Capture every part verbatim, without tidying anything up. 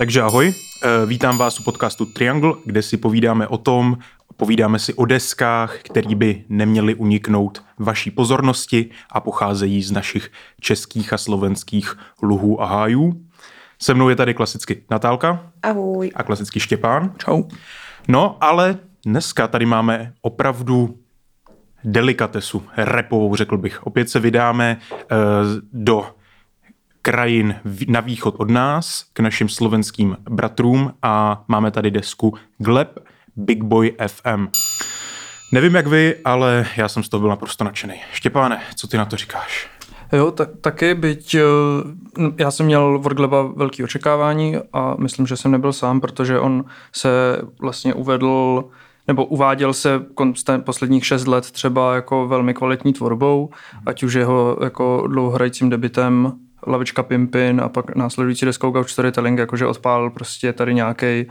Takže ahoj, vítám vás u podcastu Triangle, kde si povídáme o tom, povídáme si o deskách, které by neměly uniknout vaší pozornosti a pocházejí z našich českých a slovenských luhů a hájů. Se mnou je tady klasicky Natálka. Ahoj. A klasicky Štěpán. Čau. No, ale dneska tady máme opravdu delikatesu, rapovou, řekl bych. Opět se vydáme uh, do krajin na východ od nás, k našim slovenským bratrům a máme tady desku Gleb Big Boy F M. Nevím jak vy, ale já jsem z toho byl naprosto nadšenej. Štěpáne, co ty na to říkáš? Jo, ta, taky, byť já jsem měl od Gleba velký očekávání a myslím, že jsem nebyl sám, protože on se vlastně uvedl, nebo uváděl se posledních šest let třeba jako velmi kvalitní tvorbou, ať už jeho jako dlouhohrajícím debutem Lavička Pimpin a pak následující deskou Gauč Storytelling, jakože odpálil prostě tady nějaký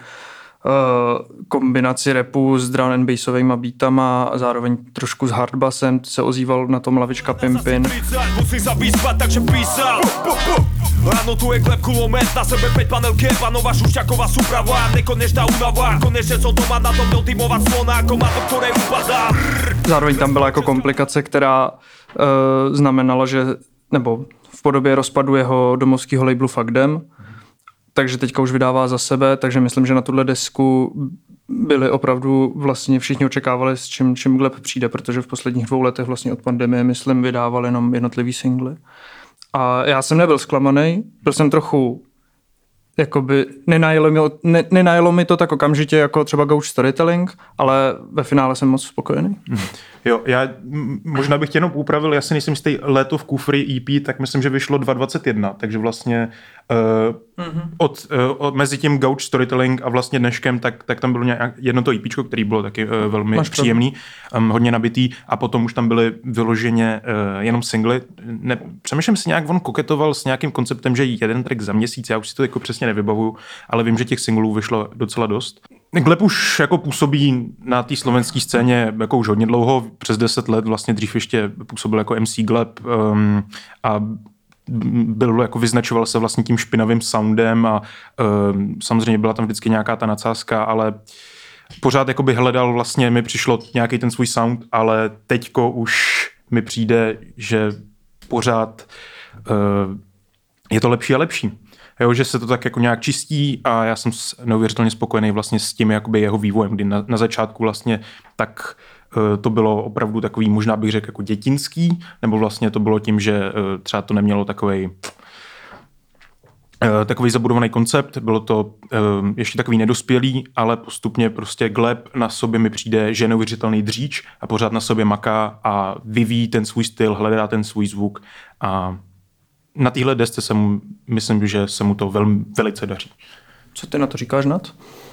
uh, kombinaci rapu s drum and bassovejma beatama a zároveň trošku s hardbassem, se ozýval na tom Lavička Pimpin. Musí sa vyspať, takže písal. Áno, tu je Gleb kulomet, na sebe päť panel cap a nová Šušťáková súprava, nekonečná únava, konečne som doma na tom měl týmovat slona, ako má to, ktoré upadá. Zároveň tam byla jako komplikace, která uh, znamenala, že, nebo v podobě rozpadu jeho domovského labelu Fakdem, takže teďka už vydává za sebe, takže myslím, že na tuhle desku byli opravdu vlastně všichni očekávali, s čím, čím Gleb přijde, protože v posledních dvou letech vlastně od pandemie, myslím, vydával jenom jednotlivý singly. A já jsem nebyl zklamaný, byl jsem trochu, jakoby, nenajelo mi, ne, nenajelo mi to tak okamžitě jako třeba Gauč Storytelling, ale ve finále jsem moc spokojený. Jo, já možná bych tě jenom upravil, já si nejsem z té Léto v kufri E P, tak myslím, že vyšlo dva dvacet jedna, takže vlastně uh, mm-hmm. od, uh, od, mezi tím Gauč Storytelling a vlastně dneškem, tak, tak tam bylo nějak jedno to EPčko, který bylo taky uh, velmi Máš příjemný, um, hodně nabitý a potom už tam byly vyloženě uh, jenom singly. Ne, přemýšlím si nějak, on koketoval s nějakým konceptem, že jeden track za měsíc, já už si to jako přesně nevybavuju, ale vím, že těch singlů vyšlo docela dost. Gleb už jako působí na té slovenské scéně jako už hodně dlouho, přes deset let, vlastně dřív ještě působil jako M C Gleb um, a byl, jako vyznačoval se vlastně tím špinavým soundem a um, samozřejmě byla tam vždycky nějaká ta nadsázka, ale pořád jakoby hledal, vlastně mi přišlo nějaký ten svůj sound, ale teďko už mi přijde, že pořád uh, je to lepší a lepší. Jo, že se to tak jako nějak čistí a já jsem neuvěřitelně spokojený vlastně s tím jakoby jeho vývojem, kdy na, na začátku vlastně tak uh, to bylo opravdu takový, možná bych řekl jako dětinský, nebo vlastně to bylo tím, že uh, třeba to nemělo takovej uh, takový zabudovaný koncept, bylo to uh, ještě takový nedospělý, ale postupně prostě Gleb na sobě mi přijde, že je neuvěřitelný dříč a pořád na sobě maká a vyvíjí ten svůj styl, hledá ten svůj zvuk a na téhle desce se mu, myslím, že se mu to velmi, velice daří. Co ty na to říkáš, Nat?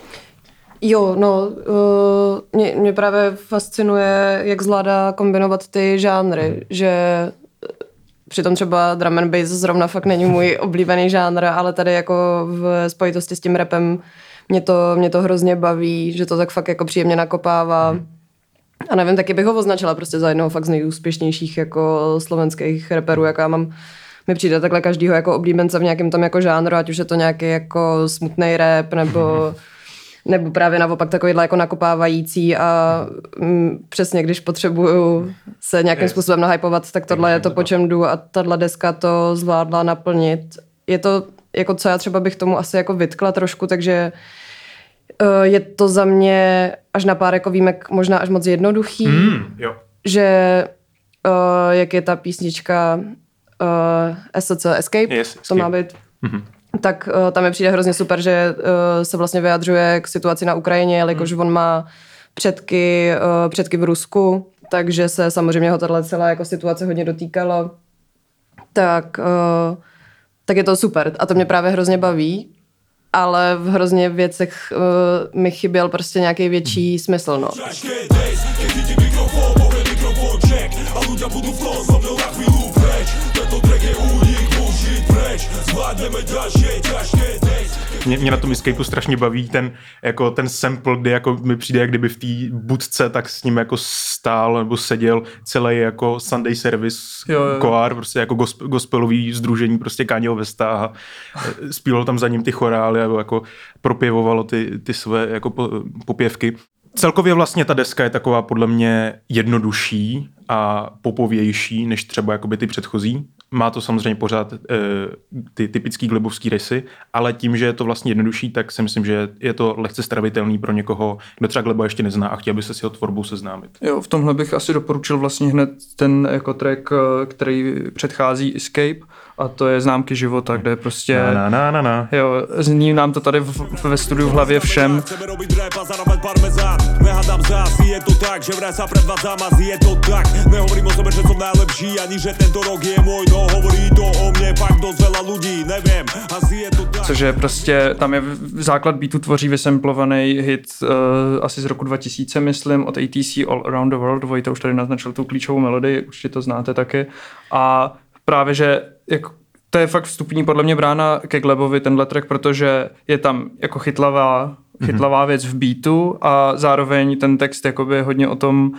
Jo, no, uh, mě, mě právě fascinuje, jak zvládá kombinovat ty žánry, hmm. že přitom třeba drum and bass zrovna fakt není můj oblíbený žánr, ale tady jako v spojitosti s tím rapem mě to, mě to hrozně baví, že to tak fakt jako příjemně nakopává. Hmm. A nevím, taky bych ho označila prostě za jednoho fakt z nejúspěšnějších jako slovenských raperů, jako já mám mi přijde takhle každýho jako oblíbence v nějakém tom jako žánru, ať už je to nějaký jako smutný rap, nebo, nebo právě naopak takovýhle jako nakopávající a mm, přesně když potřebuju se nějakým yes. způsobem nahypovat, tak tohle je to, po čem jdu a tahle deska to zvládla naplnit. Je to jako co já třeba bych tomu asi jako vytkla trošku, takže uh, je to za mě až na pár jako výjimek možná až moc jednoduchý, mm, jo. že uh, jak je ta písnička Uh, S C C Escape, yes, to escape. má být, mm-hmm. tak uh, tam mi přijde hrozně super, že uh, se vlastně vyjadřuje k situaci na Ukrajině, jelikož mm. on má předky, uh, předky v Rusku, takže se samozřejmě ho tato celá jako situace hodně dotýkala. Tak, uh, tak je to super a to mě právě hrozně baví, ale v hrozně věcech uh, mi chyběl prostě nějaký větší mm. smysl, no. mě, mě na tom Escapeu strašně baví ten, jako ten sample, kdy jako mi přijde, jak kdyby v té budce tak s ním jako stál nebo seděl celý jako Sunday Service choir, prostě jako gosp, gospelový sdružení prostě Kanyeho Westa a zpíval tam za ním ty chorály a jako propěvovalo ty, ty své jako po, popěvky. Celkově vlastně ta deska je taková podle mě jednodušší a popovější než třeba jakoby ty předchozí. Má to samozřejmě pořád e, ty typický glebovský rysy, ale tím, že je to vlastně jednodušší, tak si myslím, že je to lehce stravitelný pro někoho, kdo třeba Gleba ještě nezná a chtěl by se s jeho tvorbou seznámit. Jo, v tomhle bych asi doporučil vlastně hned ten jako track, který předchází Escape, a to je Známky života, kde prostě na, na, na, na. Jo, zní nám to tady v, ve studiu v hlavě všem. Nehádám zás, je to tak, že vraj sa predvádzam a je to tak. Nehovorím o sebe, že som najlepší, ani že tento rok je môj, no hovorí to o mne fakt dosť veľa ľudí, neviem, asi je to tak. Což je prostě, tam je základ beatu tvoří vysemplovaný hit uh, asi z roku dva tisíce, myslím, od A T C All Around the World, Vojta už tady naznačil tu klíčovou melodii, určitě to znáte taky. A právě, že jako to je fakt vstupní podle mě brána ke Glebovi tenhle track, protože je tam jako chytlavá chytlavá věc v beatu a zároveň ten text jakoby je hodně o tom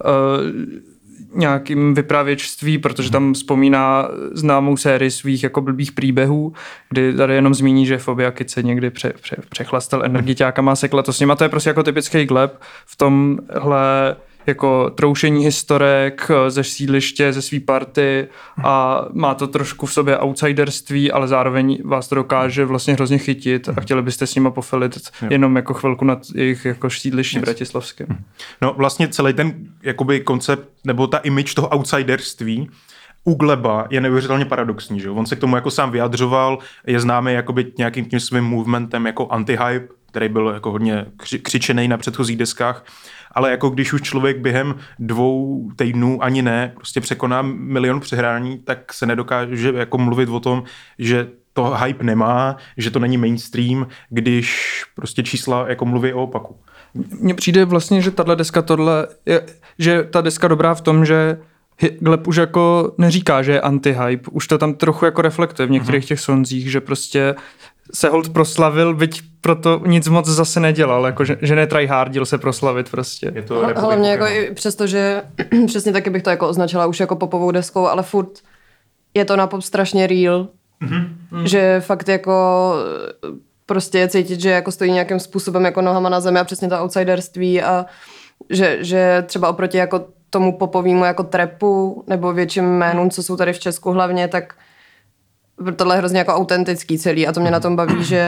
uh, nějakým vypravěčství, protože tam vzpomíná známou sérii svých jako blbých příběhů, kdy tady jenom zmíní, že Fobia Kid se někdy pře, pře, přechlastal energiťákama a sekla to s nima. To je prostě jako typický Gleb v tomhle jako troušení historek ze sídliště, ze svý party a má to trošku v sobě outsiderství, ale zároveň vás to dokáže vlastně hrozně chytit a chtěli byste s nima pofelit jenom jako chvilku nad jejich jako sídliště yes. bratislavské. No vlastně celý ten jakoby koncept nebo ta image toho outsiderství u Gleba je neuvěřitelně paradoxní, že? On se k tomu jako sám vyjadřoval, je známý jakoby nějakým tím svým movementem jako anti-hype, který byl jako hodně kři- křičený na předchozích deskách, ale jako když už člověk během dvou týdnů ani ne, prostě překoná milion přehrání, tak se nedokáže jako mluvit o tom, že to hype nemá, že to není mainstream, když prostě čísla jako mluví o opaku. Mně přijde vlastně, že tahle deska tohle, je, že ta deska dobrá v tom, že Gleb už jako neříká, že je anti-hype, už to tam trochu jako reflektuje v některých těch sonzích, že prostě se hold proslavil, byť proto nic moc zase nedělal, jako že, že netryhardil se proslavit prostě. Je to hlavně jako i přesto, že přesně taky bych to jako označila už jako popovou deskou, ale furt je to na pop strašně real, mm-hmm. že fakt jako prostě je cítit, že jako stojí nějakým způsobem jako nohama na zemi a přesně to outsiderství a že, že třeba oproti jako tomu popovému jako trapu nebo větším jménům, co jsou tady v Česku hlavně, tak tohle je hrozně jako autentický celý a to mě na tom baví, že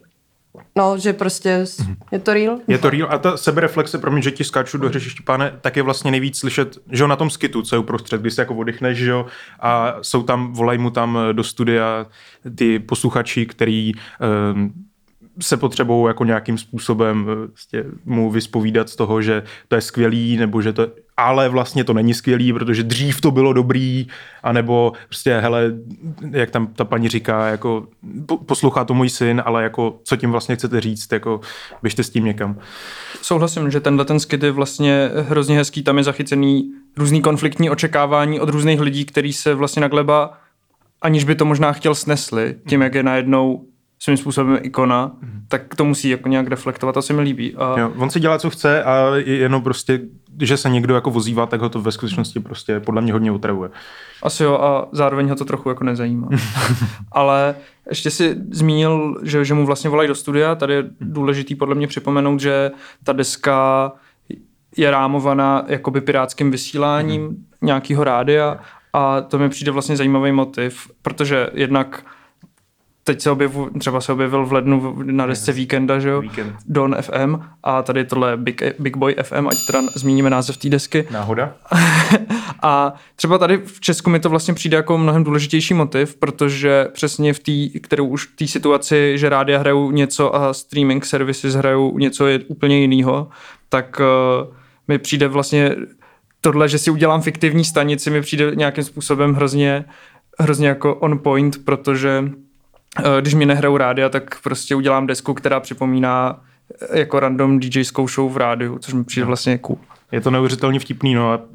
no, že prostě je to real. Je to real a ta sebereflexe, promiň, že ti skáču do hřeši, Štěpáne, tak je vlastně nejvíc slyšet, že jo, na tom skitu, co je uprostřed, kdy se jako oddychneš, že jo, a jsou tam, volají mu tam do studia ty posluchači, který um, se potřebují jako nějakým způsobem vlastně mu vyspovídat z toho, že to je skvělý, nebo že to, ale vlastně to není skvělý, protože dřív to bylo dobrý, anebo prostě, hele, jak tam ta paní říká, jako poslouchá to můj syn, ale jako co tím vlastně chcete říct, jako běžte s tím někam. Souhlasím, že tenhle ten skit je vlastně hrozně hezký, tam je zachycený různý konfliktní očekávání od různých lidí, který se vlastně na Gleba, aniž by to možná chtěl, snesli, tím, jak je najednou svým způsobem ikona, mm. tak to musí jako nějak reflektovat, to se mi líbí. A... Jo, on si dělá, co chce a jenom prostě, že se někdo jako vozívá, tak ho to ve skutečnosti prostě podle mě hodně otravuje. Asi jo a zároveň ho to trochu jako nezajímá. Ale ještě si zmínil, že, že mu vlastně volají do studia, tady je důležitý podle mě připomenout, že ta deska je rámovaná jakoby pirátským vysíláním mm. nějakého rádia a to mi přijde vlastně zajímavý motiv, protože jednak teď se objevil, třeba se objevil v lednu na desce Víkenda, že jo? Weekend. Don F M a tady tohle Big, Big Boy F M, ať teda zmíníme název té desky. Náhoda. A třeba tady v Česku mi to vlastně přijde jako mnohem důležitější motiv, protože přesně v té, kterou už v té situaci, že rádia hrajou něco a streaming services hrajou něco je úplně jinýho, tak uh, mi přijde vlastně tohle, že si udělám fiktivní stanici, mi přijde nějakým způsobem hrozně, hrozně jako on point, protože když mi nehrajou rádia, tak prostě udělám desku, která připomíná jako random DJskou show v rádiu, což mi přijde vlastně cool. Je to neuvěřitelně vtipný, no a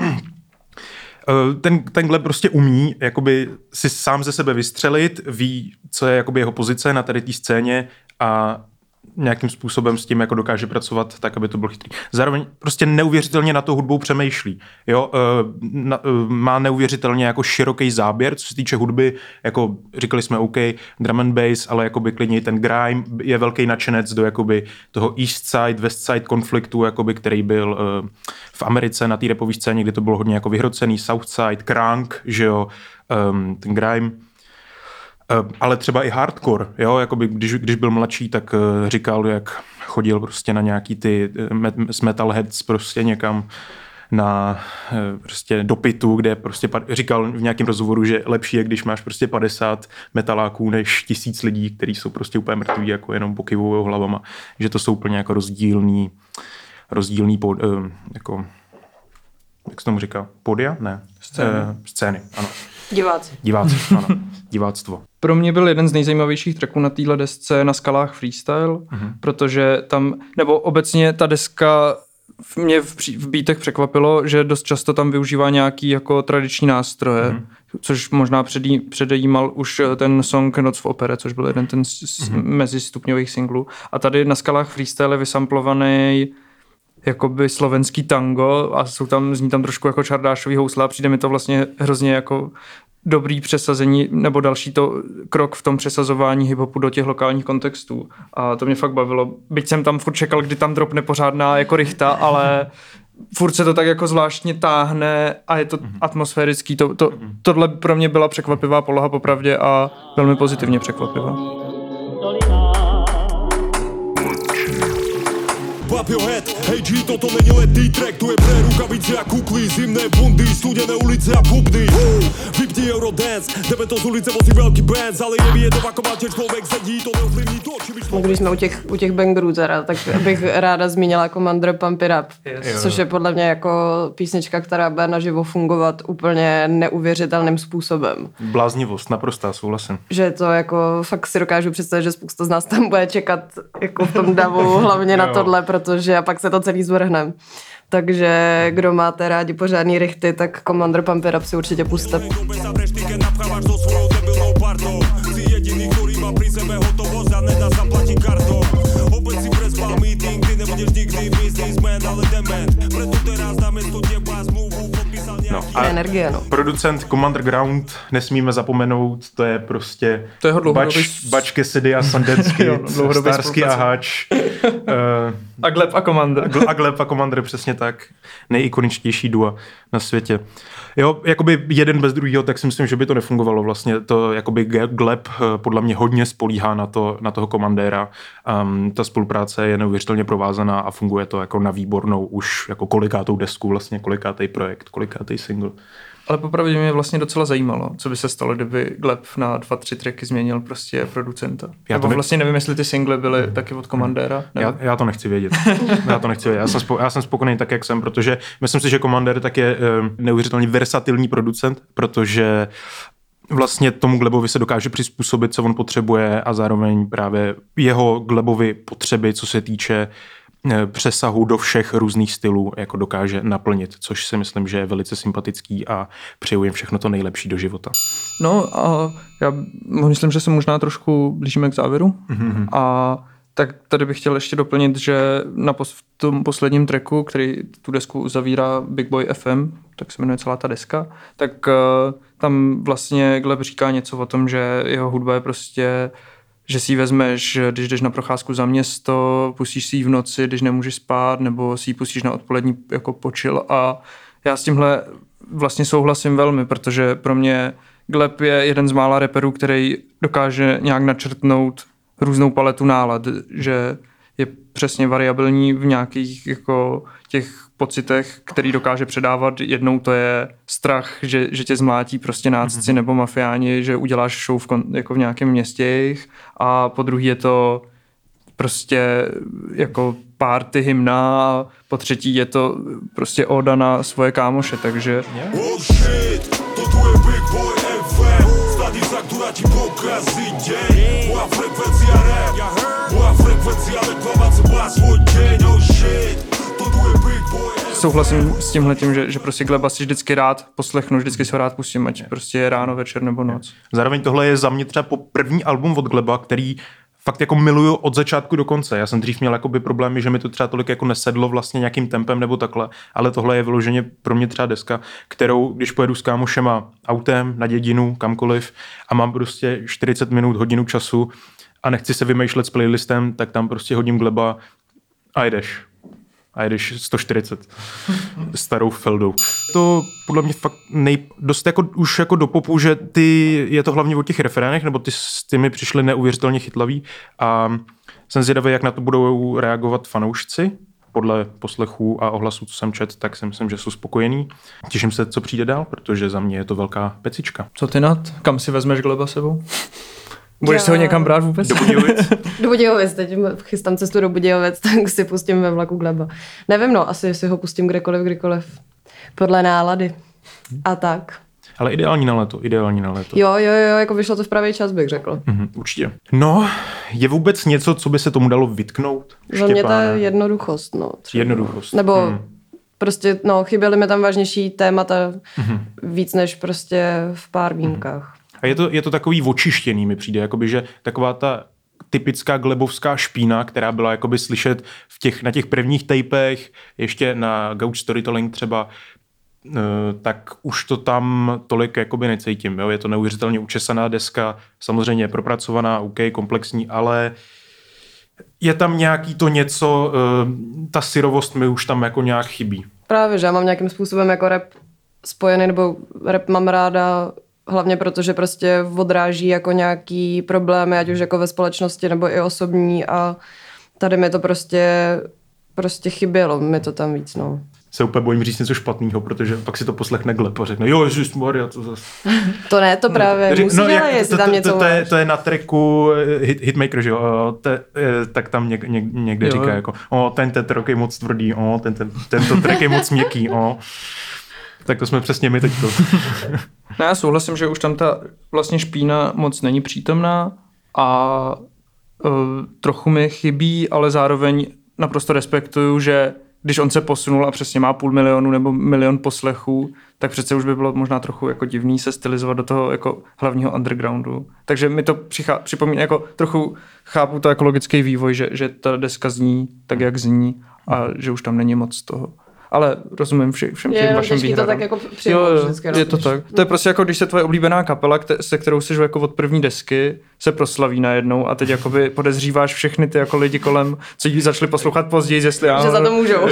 ten, tenhle prostě umí jakoby si sám ze sebe vystřelit, ví, co je jakoby jeho pozice na tady té scéně a nějakým způsobem s tím jako dokáže pracovat tak, aby to bylo chytrý. Zároveň prostě neuvěřitelně na to hudbou přemýšlí. Jo? Na, má neuvěřitelně jako široký záběr, co se týče hudby, jako říkali jsme OK, drum and bass, ale jakoby klidně ten grime je velký nadšenec do jakoby toho East Side, West Side konfliktu, jakoby, který byl uh, v Americe na té rapové scéně, kde to bylo hodně jako vyhrocený, South Side, Crank, že jo, um, ten grime. Uh, ale třeba i hardcore, jo, jakoby když, když byl mladší, tak uh, říkal, jak chodil prostě na nějaký ty met, s metalheads prostě někam na uh, prostě do pitu, kde prostě pad, říkal v nějakém rozhovoru, že lepší je, když máš prostě padesát metaláků než tisíc lidí, kteří jsou prostě úplně mrtví, jako jenom pokyvujou hlavama, že to jsou úplně jako rozdílný, rozdílný pod, uh, jako, jak se tomu říká, podia? Ne. Scény. Uh, scény, ano. Diváci. Diváci, ano. Diváctvo. Pro mě byl jeden z nejzajímavějších tracků na téhle desce Na skalách freestyle, mm-hmm. protože tam, nebo obecně ta deska mě v, v beatech překvapilo, že dost často tam využívá nějaký jako tradiční nástroje, mm-hmm. což možná předjí, předejímal už ten song Noc v opere, což byl jeden ten z, mm-hmm. mezistupňových singlů. A tady Na skalách freestyle je vysamplovaný jakoby slovenský tango a jsou tam, zní tam trošku jako čardášový housle a přijde mi to vlastně hrozně jako dobrý přesazení nebo další to krok v tom přesazování hiphopu do těch lokálních kontextů. A to mě fakt bavilo. Byť jsem tam furt čekal, kdy tam dropne pořádná jako rychta, ale furt se to tak jako zvláštně táhne a je to mm-hmm. atmosférický. To, to, tohle pro mě byla překvapivá poloha popravdě a velmi pozitivně překvapivá. Papiohead, hej G, toto není letný track, tu je pre rukavice a kukly, zimné bundy, studené ulice a bubny. Vypni Eurodance, jdeme to z ulice, vozí velký bands, ale je vyjedovakoval, že člověk sedí, to neovlivní to, či no, když jsme u těch, u těch bangerů teda, tak bych ráda zmínila Commander Pump It Up, yes. což je podle mě jako písnička, která bude naživo fungovat úplně neuvěřitelným způsobem. Bláznivost, naprostá, souhlasím. Že to jako fakt si dokážu představit, že spousta z nás tam bude čekat jako v tom davu, hlavně na tohle, protože a pak se to celý zvrhne. Takže kdo máte rádi pořádný rychty, tak Commander Pump It Up si určitě puste. No, a energie, no. Producent Commander Ground, nesmíme zapomenout, to je prostě to je Bač, Bač Cassidy a Sundensky, Starsky a Hatch. uh, a Gleb a Commander. A Gleb a Commander, přesně tak. Nejikoničtější dua na světě. Jo, jakoby jeden bez druhého, tak si myslím, že by to nefungovalo vlastně. To jakoby Gleb podle mě hodně spolíhá na, to, na toho Commandera. Um, ta spolupráce je neuvěřitelně provázaná a funguje to jako na výbornou už jako kolikátou desku, vlastně kolikátej projekt, kolikátej single. Ale popravdě mě vlastně docela zajímalo, co by se stalo, kdyby Gleb na dva, tři tracky změnil prostě producenta. Já to ne... vlastně nevím, jestli ty singly byly hmm. taky od Commandera. Já, já to nechci vědět. já to nechci vědět. Já jsem, spo, já jsem spokojený tak, jak jsem, protože myslím si, že Commander tak je um, neuvěřitelně versatilní producent, protože vlastně tomu Glebovi se dokáže přizpůsobit, co on potřebuje a zároveň právě jeho Glebovi potřeby, co se týče přesahu do všech různých stylů jako dokáže naplnit, což si myslím, že je velice sympatický a přeju jim všechno to nejlepší do života. No a já myslím, že se možná trošku blížíme k závěru mm-hmm. a tak tady bych chtěl ještě doplnit, že na pos- v tom posledním tracku, který tu desku uzavírá Big Boy F M, tak se jmenuje celá ta deska, tak uh, tam vlastně Gleb říká něco o tom, že jeho hudba je prostě že si ji vezmeš, když jdeš na procházku za město, pustíš si ji v noci, když nemůžeš spát, nebo si ji pustíš na odpolední jako počil a já s tímhle vlastně souhlasím velmi, protože pro mě Gleb je jeden z mála raperů, který dokáže nějak načrtnout různou paletu nálad, že je přesně variabilní v nějakých jako těch pocitech, který dokáže předávat. Jednou to je strach, že, že tě zmlátí prostě nácci mm-hmm. nebo mafiáni, že uděláš show v, kon, jako v nějakém městě jejich a po druhý je to prostě jako party hymna a po třetí je to prostě óda na svoje kámoše, takže... Yeah. Oh shit, to tu je Big Boy F M, stanice, která ti pokazí děj, moja frekvencia rap, moja frekvencia reklamace má svůj děň, oh shit, to tu je Big Boy F M. Souhlasím s tímhletím, že, že prostě Gleba si vždycky rád poslechnu, vždycky si ho rád pustím, ať prostě je ráno, večer nebo noc. Zároveň tohle je za mě třeba po první album od Gleba, který fakt jako miluju od začátku do konce. Já jsem dřív měl jakoby problémy, že mi to třeba tolik jako nesedlo vlastně nějakým tempem nebo takhle, ale tohle je vyloženě pro mě třeba deska, kterou, když pojedu s kámošema autem na dědinu, kamkoliv a mám prostě čtyřicet minut, hodinu času a nechci se vymýšlet s playlistem, tak tam prostě hodím Gleba a jdeš. A jedeš sto čtyřicet starou Feldou. To podle mě fakt nej, dost jako, už jako do popu, že ty, je to hlavně o těch refrénech, nebo ty, ty mi přišly neuvěřitelně chytlavý a jsem zvědavý, jak na to budou reagovat fanoušci. Podle poslechů a ohlasů, co jsem čet, tak si myslím, že jsou spokojení. Těším se, co přijde dál, protože za mě je to velká pecička. Co ty Nat? Kam si vezmeš Gleba sebou? Budeš Já... se ho někam brát vůbec? Do Budějovic? Do Budějovic, teď chystám cestu do Budějovic, tak si pustím ve vlaku Gleba. Nevím, no, asi si ho pustím kdekoliv, kdykoliv. Podle nálady. A tak. Ale ideální na léto, ideální na léto. Jo, jo, jo, jako vyšlo to v pravý čas, bych řekl. Mhm, určitě. No, je vůbec něco, co by se tomu dalo vytknout? Za mě ta jednoduchost, no. Třeba. Jednoduchost. Nebo hmm. prostě, no, chyběly mi tam vážnější témata hmm. víc než prostě v pár výjimkách. A je to, je to takový očištěný, mi přijde, jakoby, že taková ta typická glebovská špína, která byla jakoby slyšet v těch, na těch prvních tapech, ještě na Gauč Storytelling třeba, tak už to tam tolik jakoby necítím. Jo? Je to neuvěřitelně učesaná deska, samozřejmě propracovaná, OK, komplexní, ale je tam nějaký to něco, ta syrovost mi už tam jako nějak chybí. Právě, že já mám nějakým způsobem jako rap spojený, nebo rap mám ráda hlavně proto, že prostě odráží jako nějaký problémy, ať už jako ve společnosti, nebo i osobní a tady mi to prostě, prostě chybělo, mi to tam víc, no. Se úplně bojím říct něco špatného, protože pak si to poslechne Gleb a řekne, jo, ježišmarja, to zase. To ne, to právě, no, musí no, dělat, jestli to, tam něco to, to, je, to je na tracku hit, Hitmaker, že jo, te, tak tam něk, něk, někde jo. říká jako, o, ten ten track je moc tvrdý, o, ten, ten, tento track je moc měkký, o. Tak to jsme přesně my teďko. No, já souhlasím, že už tam ta vlastně špína moc není přítomná a uh, trochu mi chybí, ale zároveň naprosto respektuju, že když on se posunul a přesně má půl milionu nebo milion poslechů, tak přece už by bylo možná trochu jako divný se stylizovat do toho jako hlavního undergroundu. Takže mi to přichá, připomíná, jako trochu chápu to jako logický vývoj, že, že ta deska zní tak, jak zní a že už tam není moc toho. Ale rozumím všem, všem těm vašim výhradám. To tak jako přijmout, jo, vždycky, je to tak. To je prostě jako, když se tvoje oblíbená kapela, se kterou jsi jako od první desky, se proslaví najednou a teď jakoby podezříváš všechny ty jako lidi kolem, co jí začali poslouchat později, jestli já... Že za to můžou.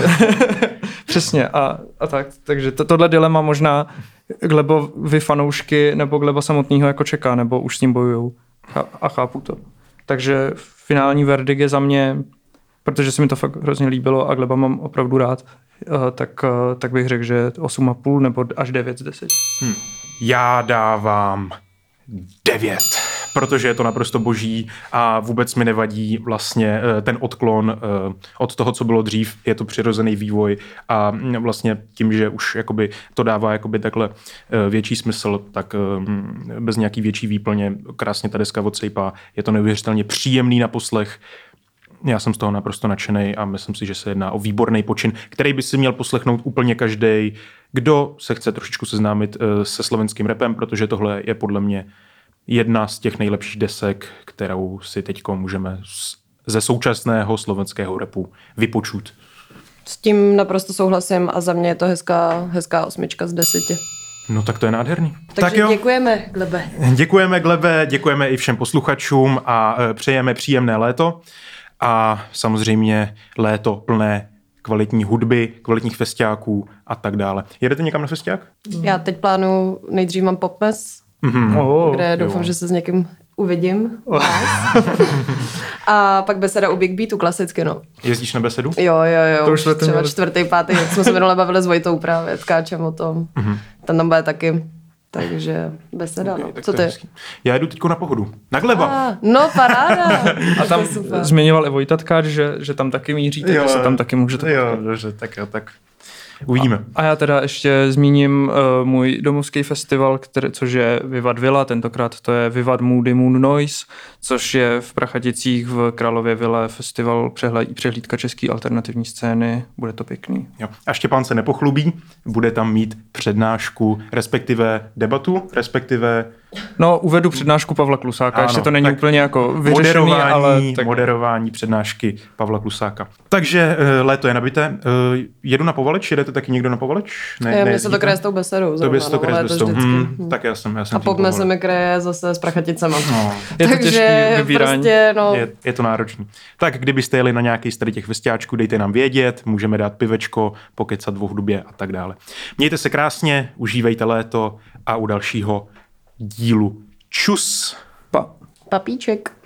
Přesně a, a tak. Takže to, tohle dilema možná Glebovi fanoušky nebo Gleba samotného jako čeká, nebo už s ním bojujou. A, a chápu to. Takže finální verdikt je za mě, protože se mi to fakt hrozně líbilo a Gleba mám opravdu rád, tak, tak bych řekl, že osm a půl nebo až devět z deseti. Hmm. Já dávám devět, protože je to naprosto boží a vůbec mi nevadí vlastně ten odklon od toho, co bylo dřív, je to přirozený vývoj a vlastně tím, že už jakoby to dává jakoby takhle větší smysl, tak bez nějaký větší výplně krásně ta deska odsejpá, je to neuvěřitelně příjemný na poslech. Já jsem z toho naprosto nadšenej a myslím si, že se jedná o výborný počin, který by si měl poslechnout úplně každej, kdo se chce trošičku seznámit se slovenským rapem, protože tohle je podle mě jedna z těch nejlepších desek, kterou si teďko můžeme ze současného slovenského rapu vypočut. S tím naprosto souhlasím a za mě je to hezká, hezká osmička z deseti. No tak to je nádherný. Takže tak jo. Děkujeme, Glebe. Děkujeme, Glebe, děkujeme i všem posluchačům a přejeme příjemné léto. A samozřejmě léto plné kvalitní hudby, kvalitních festiáků a tak dále. Jedete někam na festiák? Já teď plánuju, nejdřív mám Popmes, mm-hmm. oh, kde doufám, jo. že se s někým uvidím. Oh. A pak beseda u Big Beatu, klasicky, no. Jezdíš na besedu? Jo, jo, jo. To už třeba měli... čtvrtý, pátý, jak jsme se minule bavili s Vojtou právě, tkáčem o tom. Mm-hmm. Ten tam bude taky. Takže beseda, okay, no. Co ty? Já jdu teďko na Pohodu. Na Gleba. Ah, no, paráda. A tam zmiňoval i Vojta Tkáč, že, že tam taky míří, takže se tam taky můžete potkat. Jo, dobře, tak jo, tak uvidíme. A, a já teda ještě zmíním uh, můj domovský festival, který, což je Vivat Villa, tentokrát to je Vivat Moody Moon Noise, což je v Prachaticích v Králově Ville festival přehled, přehlídka české alternativní scény. Bude to pěkný. Jo. A Štěpán se nepochlubí, bude tam mít přednášku, respektive debatu, respektive No, uvedu přednášku Pavla Klusáka, Ano, ještě to není tak úplně jako vyřešený, moderování, ale... Tak... moderování přednášky Pavla Klusáka. Takže uh, léto je nabité. Uh, jedu na Povaleč? Jedete taky někdo na Povaleč? Ne, mně se to kraje s tou besedou. To by se to kraje s besedou. Hmm, hmm. tak já jsem, já jsem A Popme se mi kraje zase s Prachaticema. No. Je to Takže těžký vybírání. prostě, no... Je, je to náročný. Tak kdybyste jeli na nějaký z tady těch vestiáčků, dejte nám vědět, můžeme dát pivečko, pokecat v dubě a tak dále. Mějte se krásně, užívejte léto a u dalšího dílu čus. Pa. Papíček.